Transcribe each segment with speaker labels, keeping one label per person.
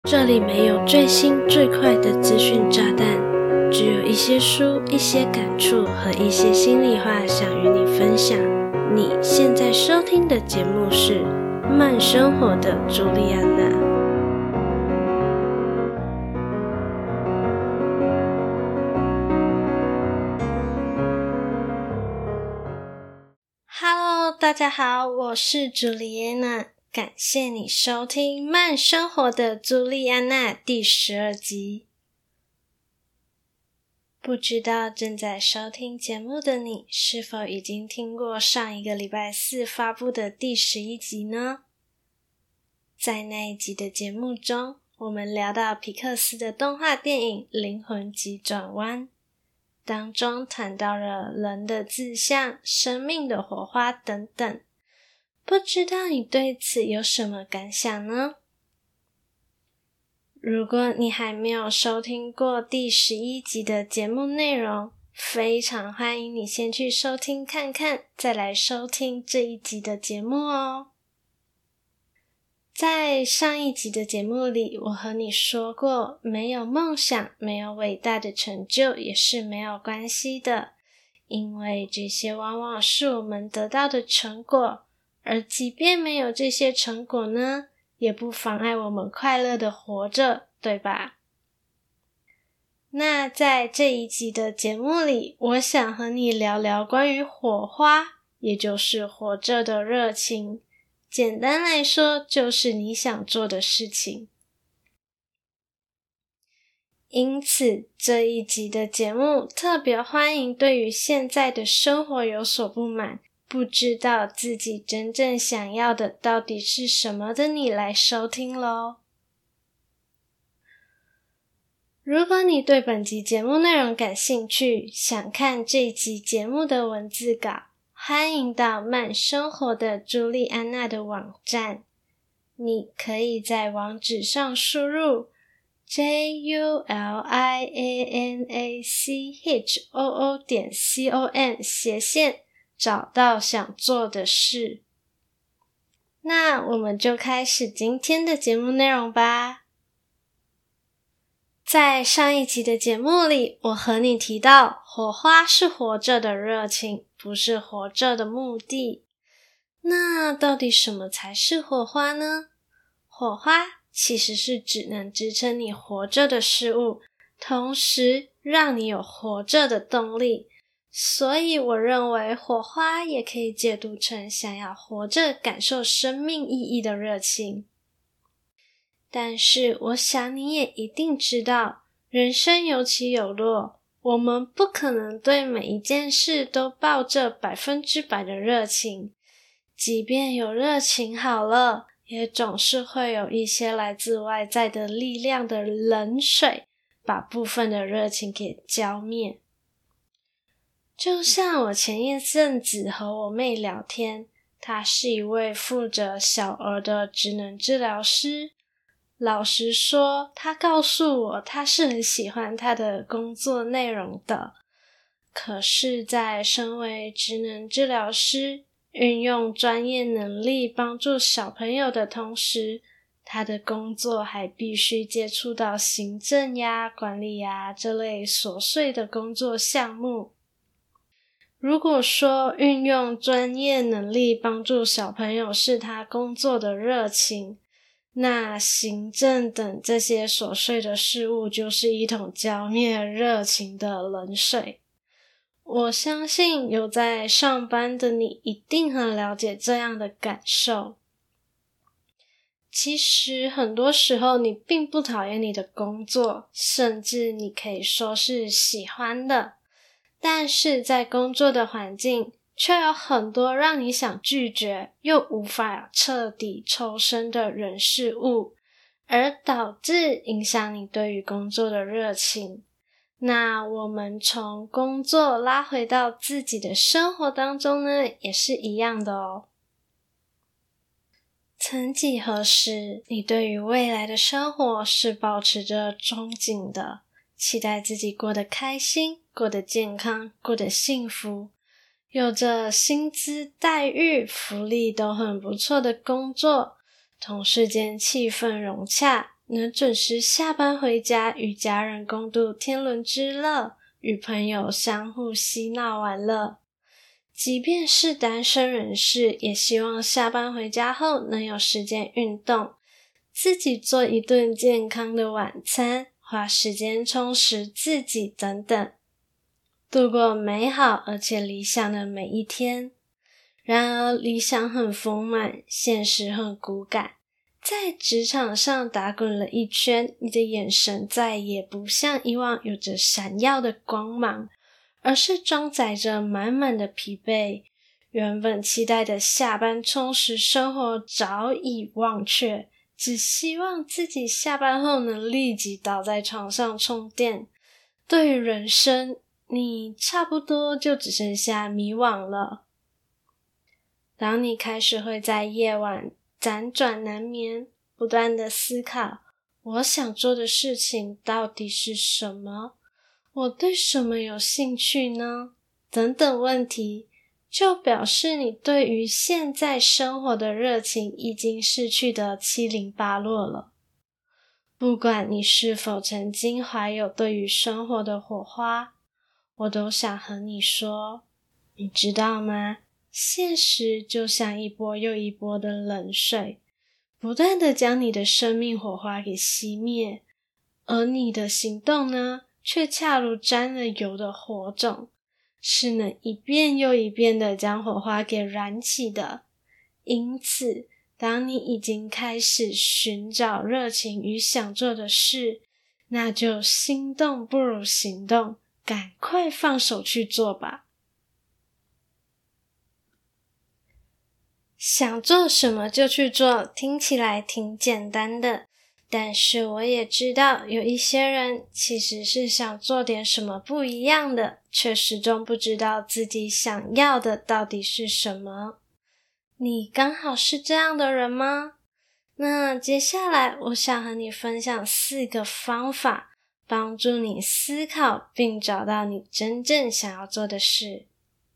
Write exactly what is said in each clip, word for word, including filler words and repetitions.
Speaker 1: 这里没有最新最快的资讯炸弹，只有一些书、一些感触和一些心里话想与你分享。你现在收听的节目是《慢生活的朱莉安娜》。Hello， 大家好，我是朱莉安娜。感谢你收听《慢生活的朱莉安娜》第十二集。不知道正在收听节目的你，是否已经听过上一个礼拜四发布的第十一集呢？在那一集的节目中，我们聊到皮克斯的动画电影《灵魂急转弯》，当中谈到了人的志向、生命的火花等等。不知道你对此有什么感想呢？如果你还没有收听过第十一集的节目内容，非常欢迎你先去收听看看，再来收听这一集的节目哦。在上一集的节目里，我和你说过，没有梦想，没有伟大的成就也是没有关系的，因为这些往往是我们得到的成果。而即便没有这些成果呢，也不妨碍我们快乐的活着，对吧？那在这一集的节目里，我想和你聊聊关于火花，也就是活着的热情。简单来说，就是你想做的事情。因此，这一集的节目特别欢迎对于现在的生活有所不满，不知道自己真正想要的到底是什么的你来收听咯。如果你对本集节目内容感兴趣，想看这集节目的文字稿，欢迎到慢生活的朱莉安娜的网站。你可以在网址上输入 j u l i a n a c h o o 点 com 斜线找到想做的事。那我们就开始今天的节目内容吧。在上一集的节目里，我和你提到，火花是活着的热情，不是活着的目的。那到底什么才是火花呢？火花其实是指能支撑你活着的事物，同时让你有活着的动力。所以我认为火花也可以解读成想要活着感受生命意义的热情。但是我想你也一定知道，人生有起有落，我们不可能对每一件事都抱着百分之百的热情。即便有热情好了，也总是会有一些来自外在的力量的冷水，把部分的热情给浇灭。就像我前一阵子和我妹聊天，她是一位负责小儿的职能治疗师。老实说，她告诉我她是很喜欢她的工作内容的。可是在身为职能治疗师，运用专业能力帮助小朋友的同时，她的工作还必须接触到行政呀、管理呀这类琐碎的工作项目。如果说运用专业能力帮助小朋友是他工作的热情，那行政等这些琐碎的事物就是一桶浇灭热情的冷水。我相信有在上班的你一定很了解这样的感受。其实很多时候你并不讨厌你的工作，甚至你可以说是喜欢的。但是在工作的环境，却有很多让你想拒绝又无法彻底抽身的人事物，而导致影响你对于工作的热情。那我们从工作拉回到自己的生活当中呢，也是一样的哦。曾几何时，你对于未来的生活是抱持着憧憬的，期待自己过得开心，过得健康，过得幸福，有着薪资待遇福利都很不错的工作，同事间气氛融洽， 能准时下班回家，与家人共度天伦之乐，与朋友相互嬉闹玩乐。即便是单身人士，也希望下班回家后能有时间运动，自己做一顿健康的晚餐，花时间充实自己等等，度过美好而且理想的每一天。然而理想很丰满，现实很骨感，在职场上打滚了一圈，你的眼神再也不像以往有着闪耀的光芒，而是装载着满满的疲惫。原本期待的下班充实生活早已忘却，只希望自己下班后能立即倒在床上充电。对于人生，你差不多就只剩下迷惘了。当你开始会在夜晚辗转难眠，不断的思考，我想做的事情到底是什么？我对什么有兴趣呢？等等问题，就表示你对于现在生活的热情已经失去得七零八落了。不管你是否曾经怀有对于生活的火花，我都想和你说，你知道吗？现实就像一波又一波的冷水，不断地将你的生命火花给熄灭，而你的行动呢，却恰如沾了油的火种，是能一遍又一遍地将火花给燃起的。因此，当你已经开始寻找热情与想做的事，那就心动不如行动，赶快放手去做吧。想做什么就去做，听起来挺简单的，但是我也知道有一些人其实是想做点什么不一样的，却始终不知道自己想要的到底是什么。你刚好是这样的人吗？那接下来我想和你分享四个方法，帮助你思考并找到你真正想要做的事。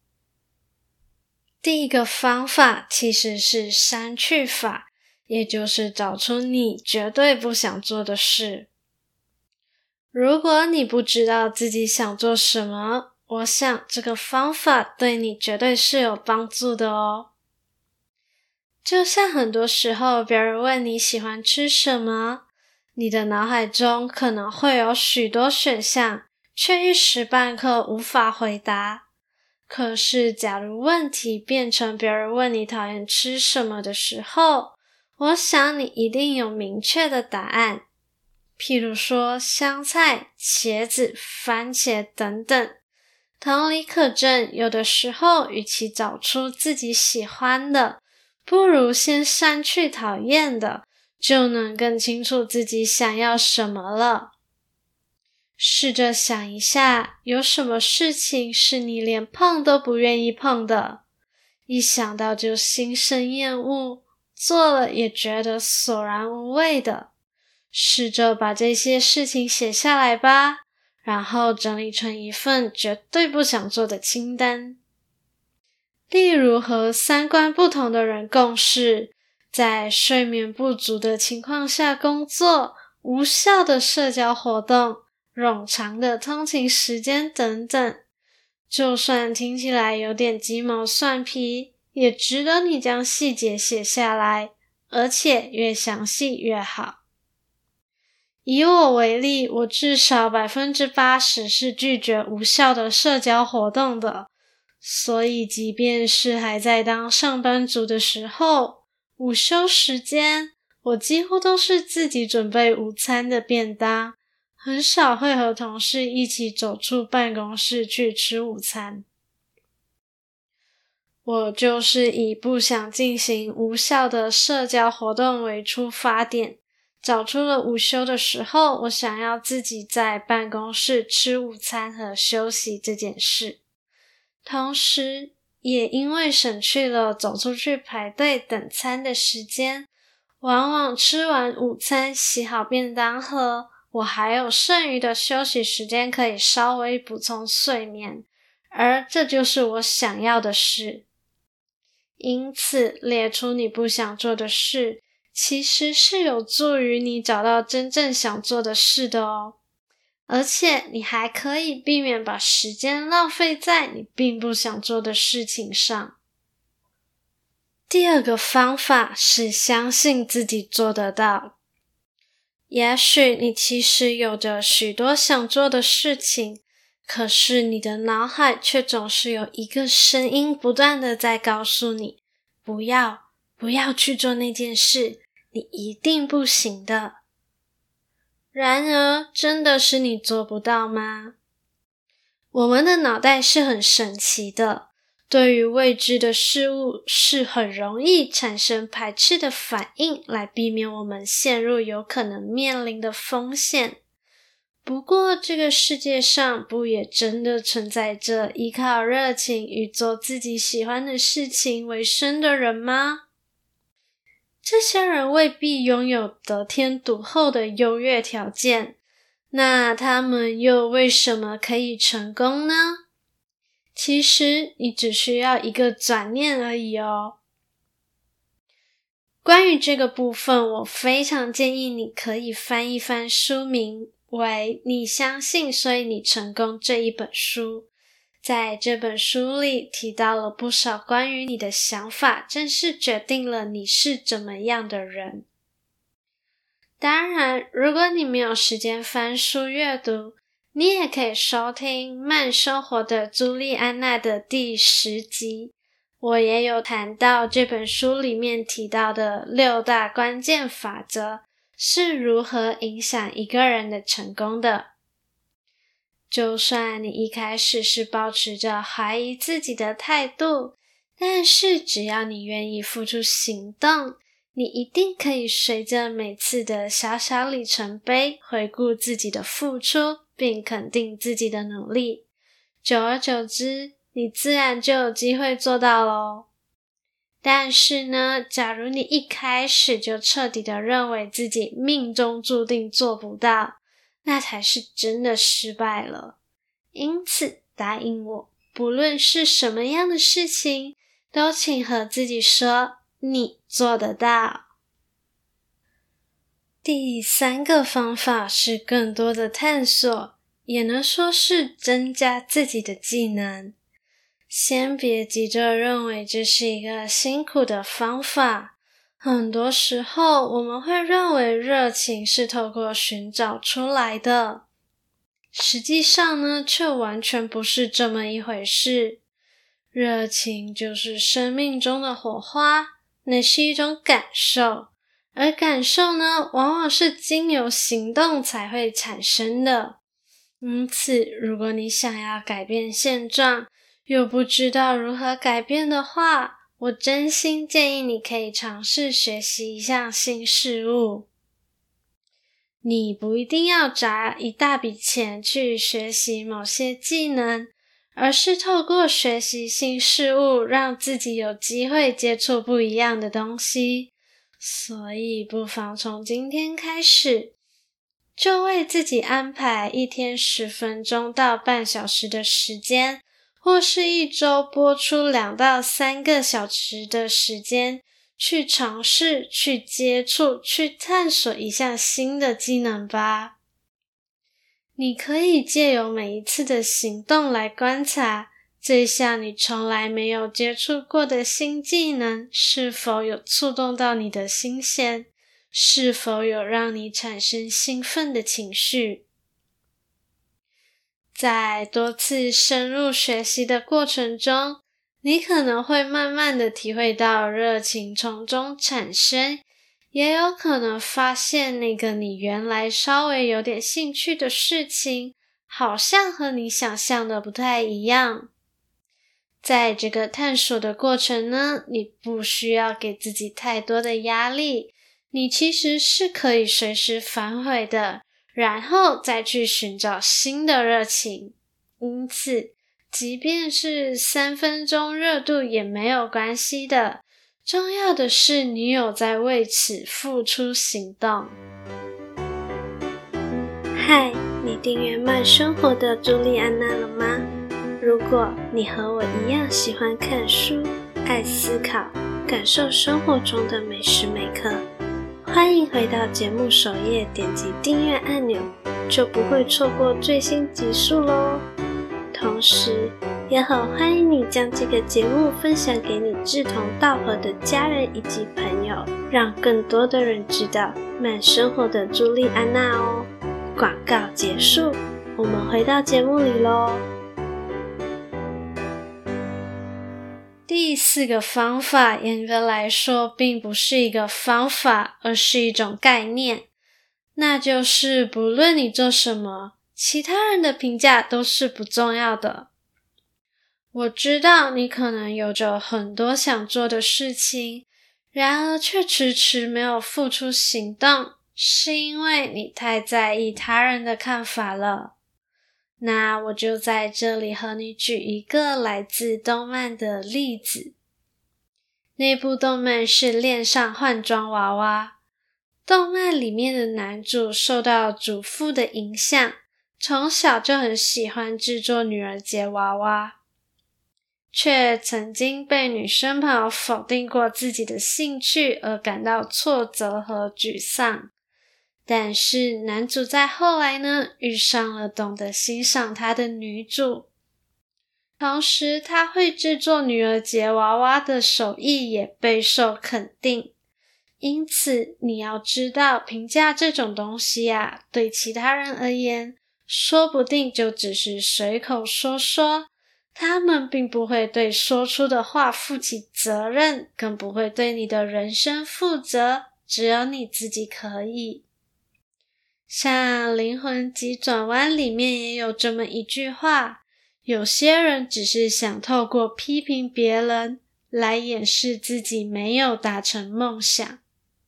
Speaker 1: 第一个方法其实是删去法，也就是找出你绝对不想做的事。如果你不知道自己想做什么，我想这个方法对你绝对是有帮助的哦。就像很多时候别人问你喜欢吃什么，你的脑海中可能会有许多选项，却一时半刻无法回答。可是假如问题变成别人问你讨厌吃什么的时候，我想你一定有明确的答案，譬如说香菜、茄子、番茄等等。同理可证，有的时候与其找出自己喜欢的，不如先删去讨厌的，就能更清楚自己想要什么了。试着想一下，有什么事情是你连碰都不愿意碰的，一想到就心生厌恶，做了也觉得索然无味的。试着把这些事情写下来吧，然后整理成一份绝对不想做的清单。例如和三观不同的人共事，在睡眠不足的情况下工作，无效的社交活动，冗长的通勤时间等等，就算听起来有点鸡毛蒜皮，也值得你将细节写下来，而且越详细越好。以我为例，我至少 百分之八十 是拒绝无效的社交活动的，所以即便是还在当上班族的时候，午休时间，我几乎都是自己准备午餐的便当，很少会和同事一起走出办公室去吃午餐。我就是以不想进行无效的社交活动为出发点，找出了午休的时候，我想要自己在办公室吃午餐和休息这件事。同时，也因为省去了走出去排队等餐的时间，往往吃完午餐洗好便当盒，我还有剩余的休息时间可以稍微补充睡眠，而这就是我想要的事。因此，列出你不想做的事， 其实是有助于你找到真正想做的事的哦。而且你还可以避免把时间浪费在你并不想做的事情上。第二个方法是相信自己做得到。也许你其实有着许多想做的事情，可是你的脑海却总是有一个声音不断的在告诉你，不要，不要去做那件事，你一定不行的。然而，真的是你做不到吗？我们的脑袋是很神奇的，对于未知的事物是很容易产生排斥的反应，来避免我们陷入有可能面临的风险。不过，这个世界上不也真的存在着依靠热情与做自己喜欢的事情为生的人吗？这些人未必拥有得天独厚的优越条件，那他们又为什么可以成功呢？其实你只需要一个转念而已哦。关于这个部分，我非常建议你可以翻一翻书名为《你相信所以你成功》这一本书。在这本书里提到了不少关于你的想法，正是决定了你是怎么样的人。当然，如果你没有时间翻书阅读，你也可以收听慢生活的朱莉安娜的第十集，我也有谈到这本书里面提到的六大关键法则是如何影响一个人的成功的。就算你一开始是抱持着怀疑自己的态度，但是只要你愿意付出行动，你一定可以随着每次的小小里程碑回顾自己的付出，并肯定自己的努力。久而久之，你自然就有机会做到咯。但是呢，假如你一开始就彻底的认为自己命中注定做不到，那才是真的失败了。因此，答应我，不论是什么样的事情，都请和自己说，你做得到。第三个方法是更多的探索，也能说是增加自己的技能。先别急着认为这是一个辛苦的方法，很多时候我们会认为热情是透过寻找出来的，实际上呢，却完全不是这么一回事。热情就是生命中的火花，那是一种感受，而感受呢，往往是经由行动才会产生的。因此，如果你想要改变现状，又不知道如何改变的话，我真心建议你可以尝试学习一项新事物。你不一定要砸一大笔钱去学习某些技能，而是透过学习新事物，让自己有机会接触不一样的东西。所以不妨从今天开始，就为自己安排一天十分钟到半小时的时间，或是一周播出两到三个小时的时间，去尝试、去接触、去探索一项新的技能吧。你可以借由每一次的行动来观察，这项你从来没有接触过的新技能是否有触动到你的心弦，是否有让你产生兴奋的情绪。在多次深入学习的过程中，你可能会慢慢的体会到热情从中产生，也有可能发现那个你原来稍微有点兴趣的事情，好像和你想象的不太一样。在这个探索的过程呢，你不需要给自己太多的压力，你其实是可以随时反悔的，然后再去寻找新的热情。因此，即便是三分钟热度也没有关系的，重要的是你有在为此付出行动。嗨，你订阅慢生活的朱莉安娜了吗？如果你和我一样喜欢看书，爱思考，感受生活中的每时每刻， 欢迎回到节目首页，点击订阅按钮，就不会错过最新集数咯。同时也很欢迎你将这个节目分享给你志同道合的家人以及朋友，让更多的人知道慢生活的朱莉安娜哦。广告结束，我们回到节目里咯。第四个方法，严格来说并不是一个方法，而是一种概念，那就是不论你做什么，其他人的评价都是不重要的。我知道你可能有着很多想做的事情，然而却迟迟没有付出行动，是因为你太在意他人的看法了。那我就在这里和你举一个来自动漫的例子。那部动漫是恋上换装娃娃。动漫里面的男主受到祖父的影响，从小就很喜欢制作女儿节娃娃，却曾经被女生朋友否定过自己的兴趣而感到挫折和沮丧。但是男主在后来呢，遇上了懂得欣赏他的女主，同时他会制作女儿节娃娃的手艺也备受肯定。因此你要知道，评价这种东西啊，对其他人而言，说不定就只是随口说说，他们并不会对说出的话负起责任，更不会对你的人生负责，只有你自己可以。像《灵魂急转弯》里面也有这么一句话，有些人只是想透过批评别人来掩饰自己没有达成梦想。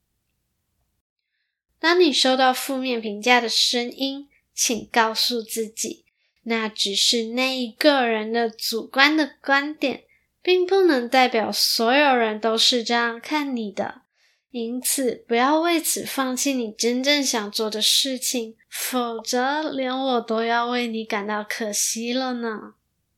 Speaker 1: 当你收到负面评价的声音，请告诉自己，那只是那一个人的主观的观点，并不能代表所有人都是这样看你的。因此不要为此放弃你真正想做的事情，否则连我都要为你感到可惜了呢。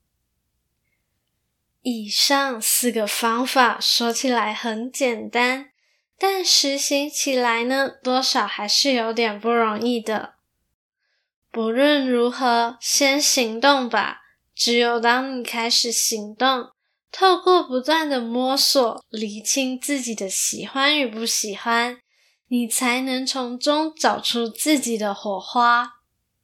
Speaker 1: 以上四个方法说起来很简单，但实行起来呢，多少还是有点不容易的。不论如何，先行动吧，只有当你开始行动，透过不断的摸索，厘清自己的喜欢与不喜欢，你才能从中找出自己的火花。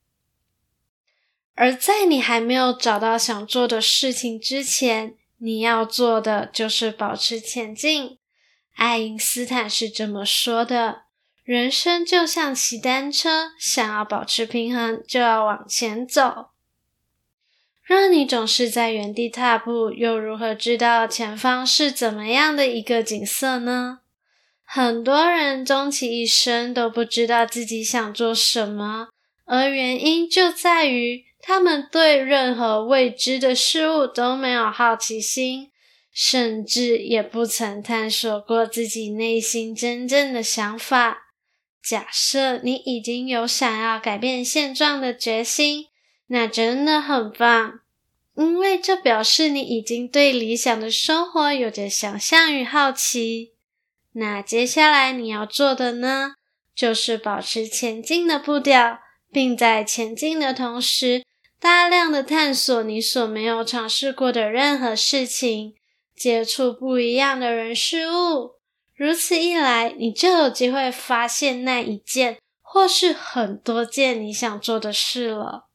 Speaker 1: 而在你还没有找到想做的事情之前，你要做的就是保持前进。爱因斯坦是这么说的，人生就像骑单车，想要保持平衡，就要往前走。若你总是在原地踏步，又如何知道前方是怎么样的一个景色呢？很多人终其一生都不知道自己想做什么，而原因就在于他们对任何未知的事物都没有好奇心，甚至也不曾探索过自己内心真正的想法。假设你已经有想要改变现状的决心，那真的很棒，因为这表示你已经对理想的生活有着想象与好奇。那接下来你要做的呢，就是保持前进的步调，并在前进的同时，大量的探索你所没有尝试过的任何事情，接触不一样的人事物。如此一来，你就有机会发现那一件或是很多件你想做的事了。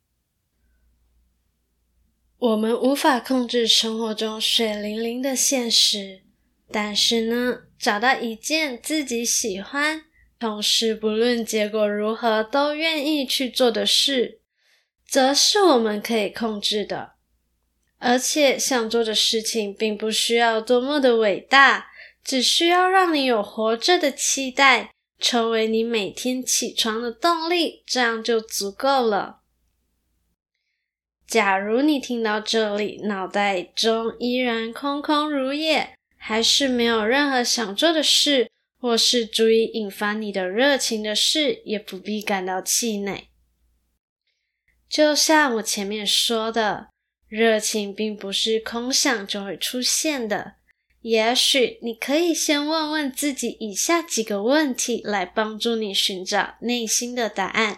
Speaker 1: 我们无法控制生活中血淋淋的现实，但是呢，找到一件自己喜欢，同时不论结果如何都愿意去做的事，则是我们可以控制的。而且想做的事情并不需要多么的伟大，只需要让你有活着的期待，成为你每天起床的动力，这样就足够了。假如你听到这里，脑袋中依然空空如也，还是没有任何想做的事，或是足以引发你的热情的事，也不必感到气馁。就像我前面说的，热情并不是空想就会出现的， 也许你可以先问问自己以下几个问题，来帮助你寻找内心的答案。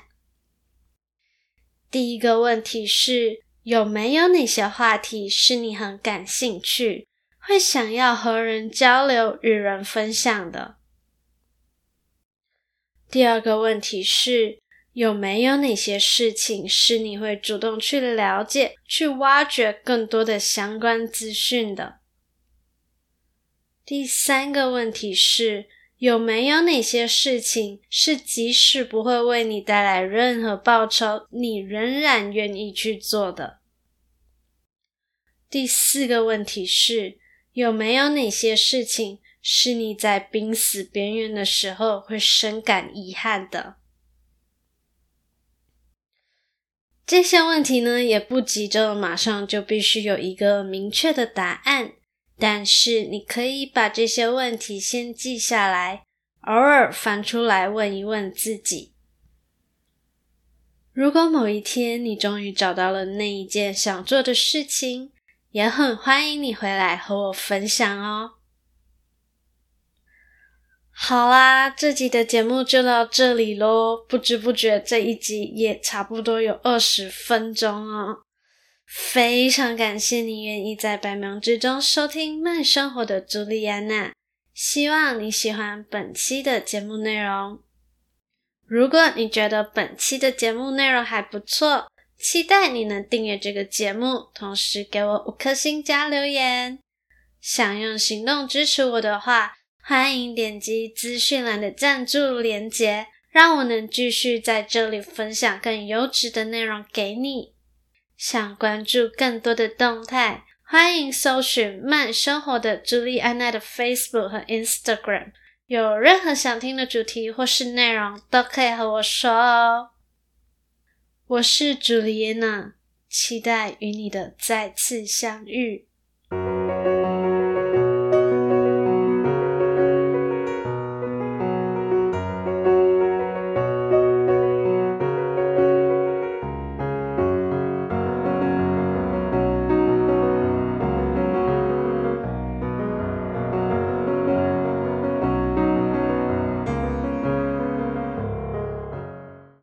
Speaker 1: 第一个问题是，有没有哪些话题是你很感兴趣，会想要和人交流、与人分享的？第二个问题是，有没有哪些事情是你会主动去了解、去挖掘更多的相关资讯的？第三个问题是，有没有哪些事情是即使不会为你带来任何报酬，你仍然愿意去做的？第四个问题是，有没有哪些事情是你在濒死边缘的时候会深感遗憾的？这些问题呢，也不急着马上就必须有一个明确的答案，但是你可以把这些问题先记下来，偶尔翻出来问一问自己。如果某一天你终于找到了那一件想做的事情，也很欢迎你回来和我分享哦。好啦，这集的节目就到这里咯，不知不觉这一集也差不多有二十分钟哦。非常感谢你愿意在百忙之中收听慢生活的朱莉安娜，希望你喜欢本期的节目内容。如果你觉得本期的节目内容还不错，期待你能订阅这个节目，同时给我五颗星加留言。想用行动支持我的话，欢迎点击资讯栏的赞助连结，让我能继续在这里分享更优质的内容给你。想关注更多的动态，欢迎搜寻慢生活的朱莉安娜的 Facebook 和 Instagram， 有任何想听的主题或是内容都可以和我说哦。我是朱莉安娜，期待与你的再次相遇。